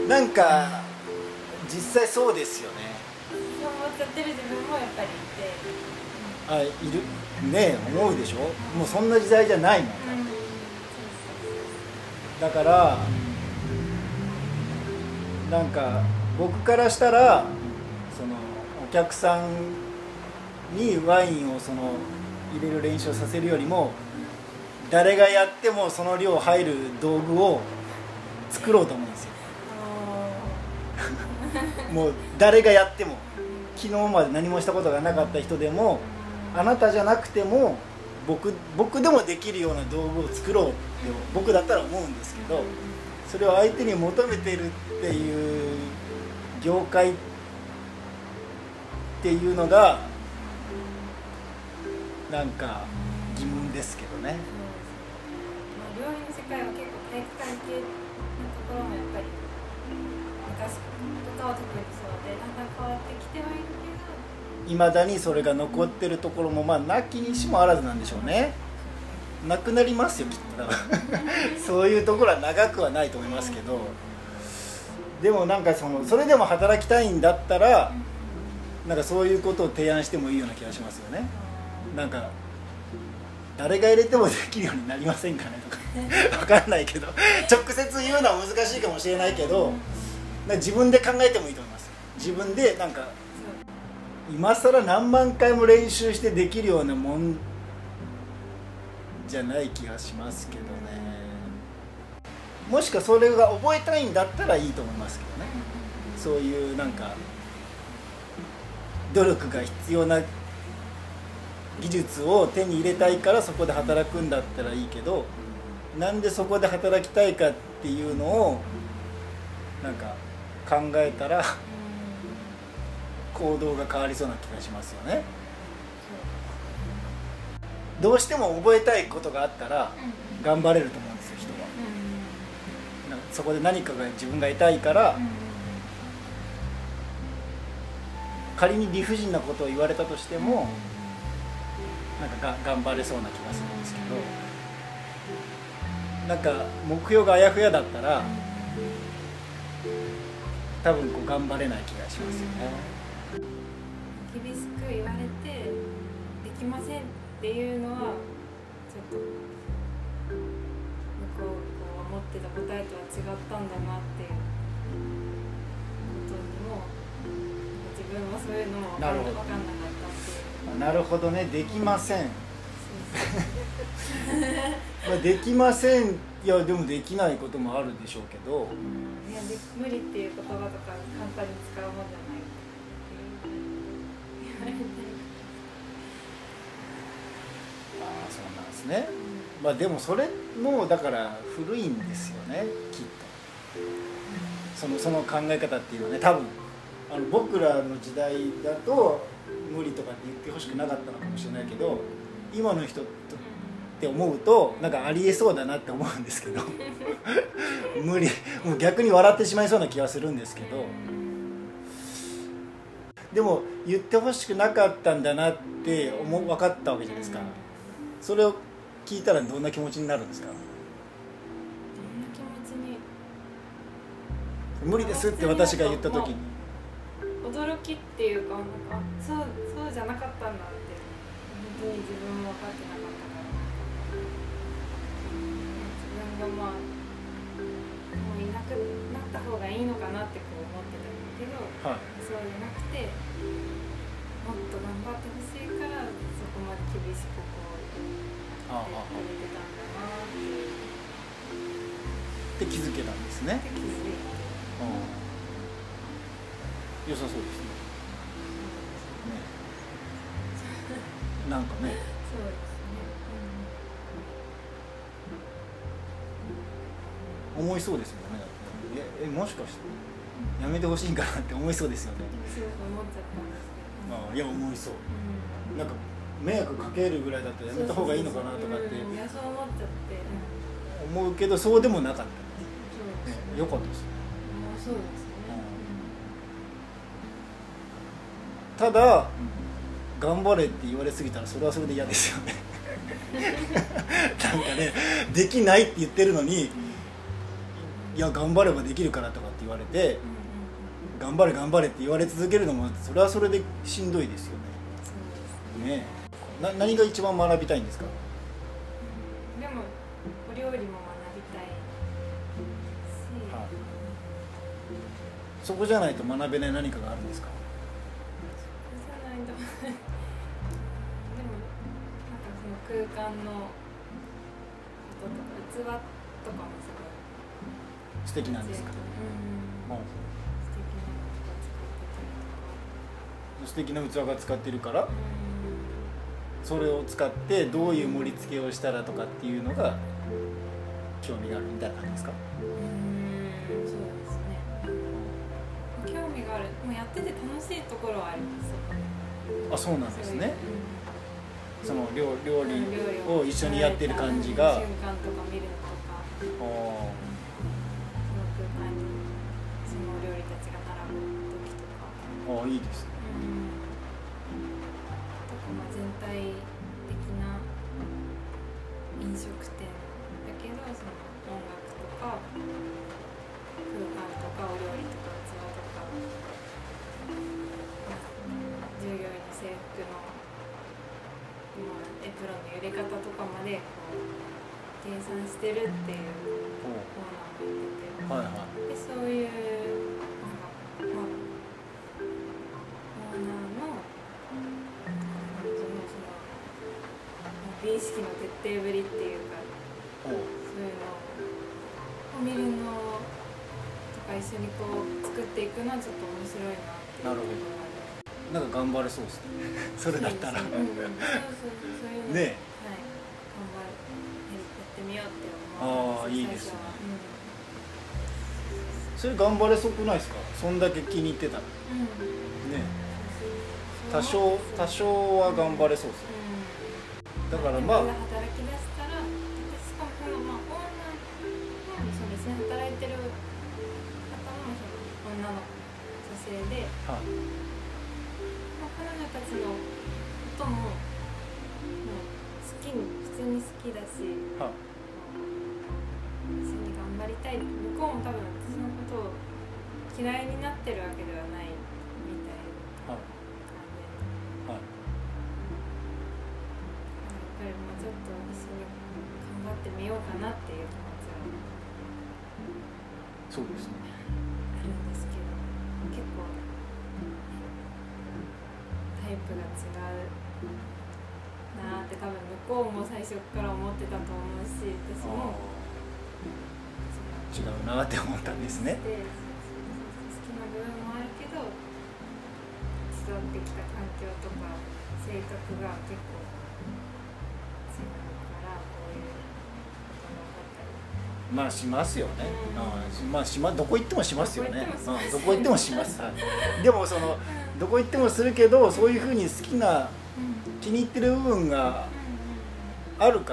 なんか実際そうですよね。 そう思っちゃってる自分もやっぱりいて、 いるね、思うでしょ。もうそんな時代じゃないもん、だからなんか僕からしたらそのお客さんにワインをその入れる練習をさせるよりも誰がやってもその量入る道具を作ろうと思うんですよ。もう誰がやっても昨日まで何もしたことがなかった人でもあなたじゃなくても僕でもできるような道具を作ろうって僕だったら思うんですけど、それを相手に求めてるっていう業界っていうのがなんか疑問ですけどね。 料理の世界は結構体育会系のところもやっぱり昔とかは特にそうでだんだん変わってきてはいるけど、 いまだにそれが残ってるところもまあなきにしもあらずなんでしょうね。なくなりますよきっとそういうところは長くはないと思いますけど、でもなんかそれでも働きたいんだったらなんかそういうことを提案してもいいような気がしますよね。なんか誰が入れてもできるようになりませんかねとか分かんないけど直接言うのは難しいかもしれないけど自分で考えてもいいと思います。自分でなんか今更何万回も練習してできるようなもんじゃない気がしますけどね。もしくはそれが覚えたいんだったらいいと思いますけどね。そういうなんか努力が必要な技術を手に入れたいからそこで働くんだったらいいけど、なんでそこで働きたいかっていうのをなんか考えたら行動が変わりそうな気がしますよね。どうしても覚えたいことがあったら頑張れると思うんですよ、人は。なんかそこで何かが自分が得たいから仮に理不尽なことを言われたとしてもなんか頑張れそうな気がするんですけど、なんか目標があやふやだったら多分こう頑張れない気がしますよね。 厳しく言われてできませんっていうのはちょっと向こうが思ってた答えとは違ったんだなっていうことにも自分はそういうのも分かんなかったっていう。 なるほどね、できませんできません。いやでもできないこともあるでしょうけど、 いや無理っていう言葉とか簡単に使うもんじゃないって言われて、 そうなんですね。まあでもそれもだから古いんですよね、きっと。その考え方っていうのはね、多分僕らの時代だと無理とかって言ってほしくなかったのかもしれないけど、今の人って思うとなんかありえそうだなって思うんですけど無理、もう逆に笑ってしまいそうな気がするんですけど、でも言ってほしくなかったんだなって分かったわけじゃないですか。それを聞いたらどんな気持ちになるんですか？ どんな気持ちに、 無理ですって私が言った時に驚きっていうか、なんかそうじゃなかったんだって本当に自分も分かってなかったから、自分がもういなくなった方がいいのかなってこう思ってたんだけど、はい、そうじゃなくてもっと頑張ってほしいからそこまで厳しくこうやってくれてたんだなって気づけたんですね。 気づいて、 良さそうですね。なんかね。 そうですね。 思いそうですよね。もしかしてやめてほしいんかなって思いそうですよね。 すごく思っちゃったんですけど。 いや思いそう。なんか迷惑かけるぐらいだったらやめた方がいいのかなとかって。 いやそう思っちゃって。 思うけどそうでもなかった。良かったですね。 そうですね。 ただ頑張れって言われすぎたらそれはそれで嫌ですよねなんかね、できないって言ってるのにいや頑張ればできるからとかって言われて、 うんうんうん、 頑張れ頑張れって言われ続けるのもそれはそれでしんどいですよそうですね。何が一番学びたいんですか？ でもお料理も学びたいし、 はい、そこじゃないと学べない何かがあるんですか？ じゃないとでもなんかその空間のこととか器とかもすごい素敵なんですか？ うん、 うん、 素敵なことを使ってるとか、 素敵な器が使ってるからそれを使ってどういう盛り付けをしたらとかっていうのが興味があるみたいな感じですか？ そうですね。興味がある。もうやってて楽しいところはあります。 あ、そうなんですね。その料理を一緒にやってる感じ瞬が、 間とか見るのとか、その空間にその料理たちが並ぶ時とか、 いいですね。 とかまあ全体的な飲食店だけど、その音楽とか空間とかお料理とか器とか、従業員の制服のエプロンの揺れ方とかまでこう計算してるっていうコーナーもやってて、でそういうオーナーの美意識の徹底ぶりっていうか、そういうのを見るのとか一緒にこう作っていくのはちょっと面白いなっていうところがある。 なんか頑張れそうですね。それだったら。 そういうのね。 はい、頑張ってみようって思う。 ああ、いいですね。それ頑張れそうくないですか？そんだけ気に入ってたら。ね。多少は頑張れそうですよ。だからまあ。 働き出したら、しかもそのオーナーもそうですね、働いてる方もその女の女性で。 はい。 彼女たちのことも、もう普通に好きだし、 はい、 一緒に頑張りたい。向こうも多分私のことを嫌いになってるわけではないみたいな感じで、 はいはい、 やっぱりもうちょっと一緒に頑張ってみようかなっていう気持ちはそうですね、 あるんですけど、結構タイプが違うなって多分向こうも最初から思ってたと思うし、私も違うなって思ったんですね。 好きな部分もあるけど、育ってきた環境とか性格が結構違うから、こういうことが起こったりまあしますよね。まあどこ行ってもしますよね。どこ行ってもします。はい、でもそのどこ行ってもするけど、そういうふうに好きな気に入ってる部分があるから、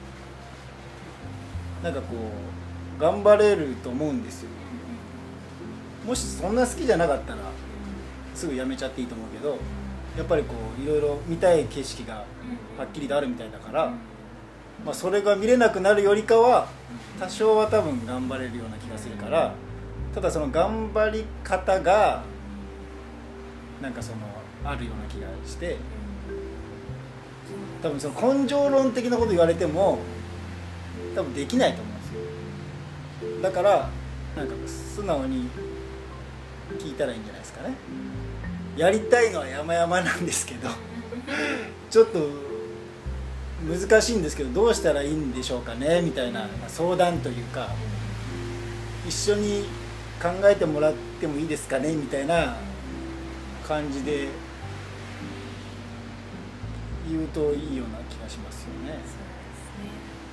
なんかこう頑張れると思うんですよ。もしそんな好きじゃなかったらすぐやめちゃっていいと思うけど、やっぱりこういろいろ見たい景色がはっきりとあるみたいだから、まあ、それが見れなくなるよりかは多少は多分頑張れるような気がするから、ただその頑張り方がなんかそのあるような気がして、多分その根性論的なこと言われても多分できないと思うんですよ。だからなんか素直に聞いたらいいんじゃないですかね。やりたいのは山々なんですけどちょっと難しいんですけど、どうしたらいいんでしょうかねみたいな相談というか、一緒に考えてもらってもいいですかねみたいな感じで言うといいような気がしますよね。 そうですね。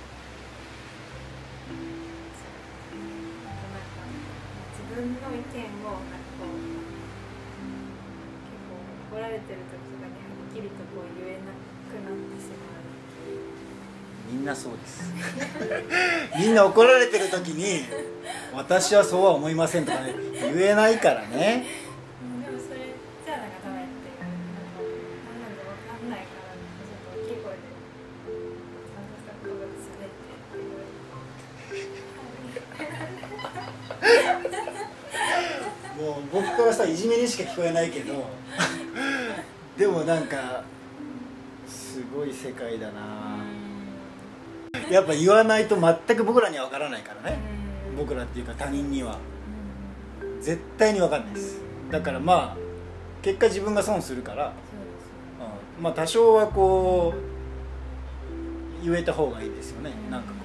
自分の意見をなんかこう結構怒られてる時とかにはっきりとこう言えなくなってしまう。 みんなそうですみんな怒られてる時に私はそうは思いませんとかね言えないからね。 でもそれじゃあなんかダメっていう、なんかわかんないからちょっと大きい声でちゃんとした言葉で喋ってって言われてからさいじめにしか聞こえないけどでもなんかすごい世界だな。やっぱ言わないと全く僕らには分からないからね。僕らっていうか他人には絶対に分かんないです。だからまあ結果自分が損するから、まあ多少はこう言えた方がいいですよね。なんかこ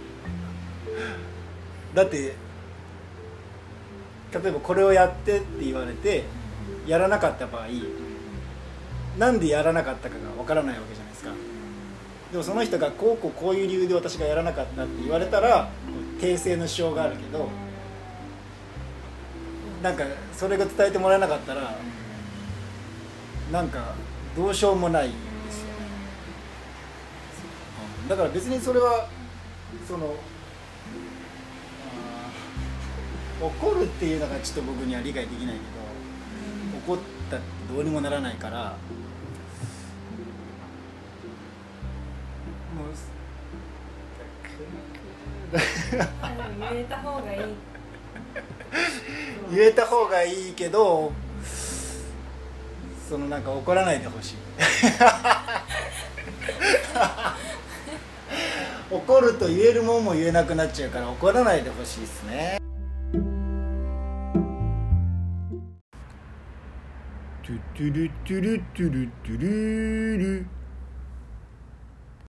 うだって例えばこれをやってって言われてやらなかった場合、なんでやらなかったかが分からないわけじゃないですか。でもその人がこういう理由で私がやらなかったって言われたら訂正の主張があるけど、なんかそれが伝えてもらえなかったらなんかどうしようもないですよね。だから別にそれはその怒るっていうのがちょっと僕には理解できないけど、怒ったってどうにもならないから、もう言えた方がいい言えた方がいいけど、そのなんか怒らないでほしい怒ると言えるもんも言えなくなっちゃうから怒らないでほしいですね。トゥトゥルトゥルトゥルトゥルル